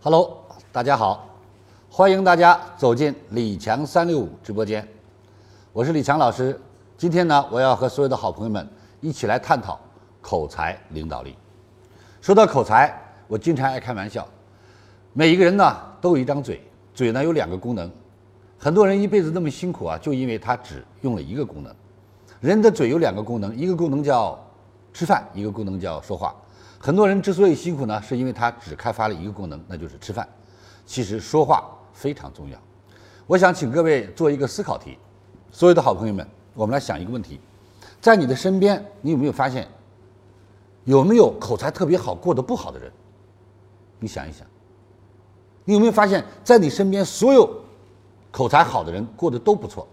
Hello， 大家好，欢迎大家走进李强365直播间，我是李强老师。今天呢，我要和所有的好朋友们一起来探讨口才领导力。说到口才，我经常爱开玩笑，每一个人呢都有一张嘴，嘴呢有2个功能。很多人一辈子那么辛苦啊，就因为他只用了1个功能。人的嘴有2个功能，一个功能叫吃饭，一个功能叫说话。很多人之所以辛苦呢，是因为他只开发了1个功能，那就是吃饭。其实说话非常重要。我想请各位做一个思考题，所有的好朋友们，我们来想一个问题：在你的身边，你有没有发现，有没有口才特别好、过得不好的人？你想一想，你有没有发现，在你身边所有口才好的人过得都不错？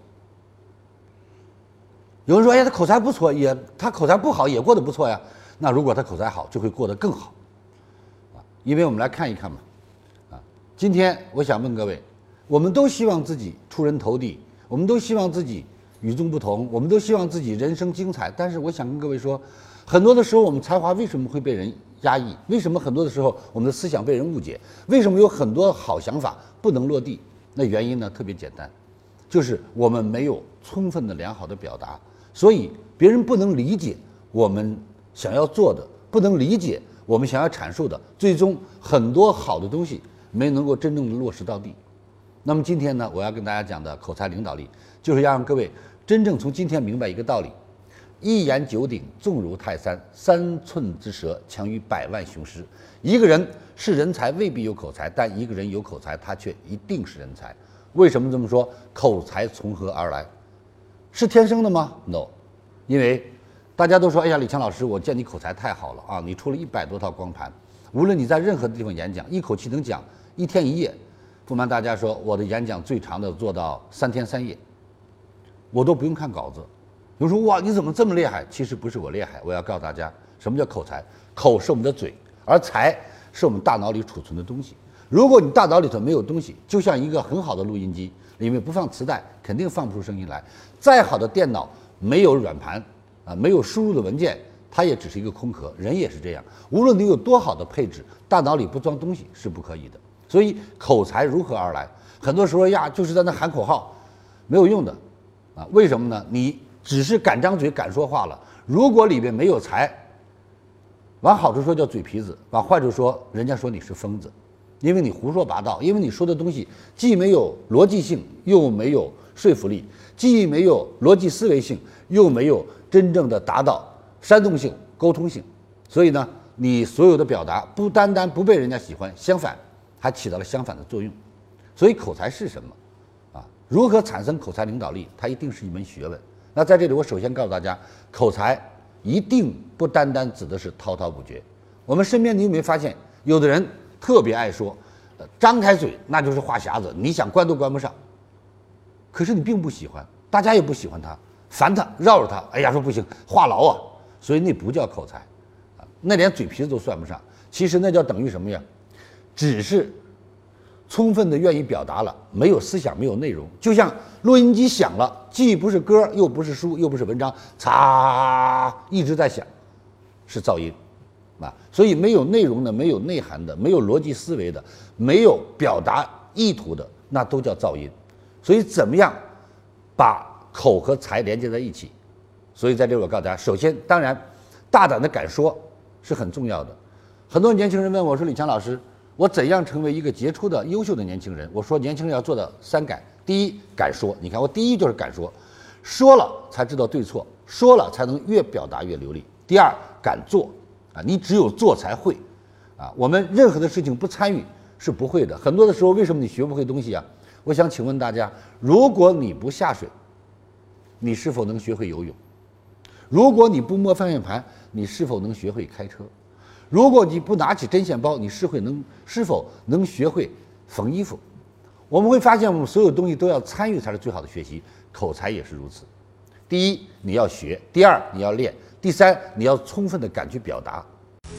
有人说：“哎呀，他口才不错，他口才不好也过得不错呀。”那如果他口才好，就会过得更好，因为我们来看一看嘛，今天我想问各位，我们都希望自己出人头地，我们都希望自己与众不同，我们都希望自己人生精彩。但是我想跟各位说，很多的时候我们才华为什么会被人压抑？为什么很多的时候我们的思想被人误解？为什么有很多好想法不能落地？那原因呢特别简单，就是我们没有充分的良好的表达，所以别人不能理解我们想要做的，不能理解我们想要阐述的，最终很多好的东西没能够真正的落实到地。那么今天呢，我要跟大家讲的口才领导力，就是要让各位真正从今天明白一个道理：一言九鼎，重如泰山；3寸之舌，强于100万雄师。一个人是人才未必有口才，但一个人有口才，他却一定是人才。为什么这么说？口才从何而来？是天生的吗 ？No， 因为大家都说：“哎呀，李强老师，我见你口才太好了啊！你出了100多套光盘，无论你在任何地方演讲，一口气能讲1天1夜。”不瞒大家说，我的演讲最长的做到3天3夜，我都不用看稿子。有人说：“哇，你怎么这么厉害？”其实不是我厉害，我要告诉大家，什么叫口才？口是我们的嘴，而才是我们大脑里储存的东西。如果你大脑里头没有东西，就像一个很好的录音机，里面不放磁带，肯定放不出声音来。再好的电脑，没有软盘没有输入的文件，它也只是一个空壳。人也是这样，无论你有多好的配置，大脑里不装东西是不可以的。所以口才如何而来？很多时候呀，就是在那喊口号，没有用的为什么呢？你只是敢张嘴敢说话了，如果里边没有才，往好处说叫嘴皮子，往坏处说人家说你是疯子，因为你胡说八道，因为你说的东西既没有逻辑性，又没有说服力，既没有逻辑思维性，又没有真正的达到煽动性、沟通性。所以呢，你所有的表达不单单不被人家喜欢，相反还起到了相反的作用。所以口才是什么如何产生口才领导力？它一定是一门学问。那在这里，我首先告诉大家，口才一定不单单指的是滔滔不绝。我们身边你有没有发现，有的人特别爱说，张开嘴那就是话匣子，你想关都关不上。可是你并不喜欢，大家也不喜欢他，烦他，绕着他，哎呀，说不行，话痨啊，所以那不叫口才那连嘴皮子都算不上。其实那叫等于什么呀？只是充分的愿意表达了，没有思想，没有内容。就像录音机响了，既不是歌，又不是书，又不是文章，嚓一直在响，是噪音所以没有内容的，没有内涵的，没有逻辑思维的，没有表达意图的，那都叫噪音。所以怎么样把口和才连接在一起？所以在这里我告诉大家，首先当然大胆的敢说是很重要的。很多年轻人问我说：“李强老师，我怎样成为一个杰出的优秀的年轻人？”我说年轻人要做的3敢。第一，敢说。你看我第一就是敢说，说了才知道对错，说了才能越表达越流利。第二，敢做你只有做才会我们任何的事情不参与是不会的。很多的时候为什么你学不会东西我想请问大家，如果你不下水，你是否能学会游泳？如果你不摸方向盘，你是否能学会开车？如果你不拿起针线包，你是否能学会缝衣服？我们会发现，我们所有东西都要参与才是最好的学习，口才也是如此。第一，你要学；第二，你要练；第三，你要充分的敢去表达。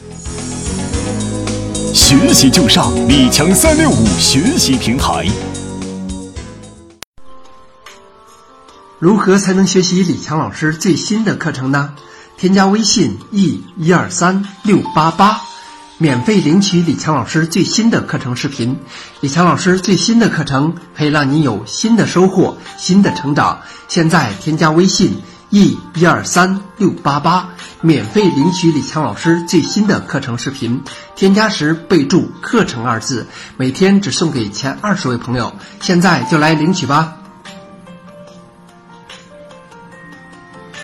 学习就上李强365学习平台。 如何才能学习李强老师最新的课程呢？添加微信 E123-688， 免费领取李强老师最新的课程视频。李强老师最新的课程可以让你有新的收获、新的成长。现在添加微信E123688，免费领取李强老师最新的课程视频。添加时备注课程2字，每天只送给前20位朋友。现在就来领取吧。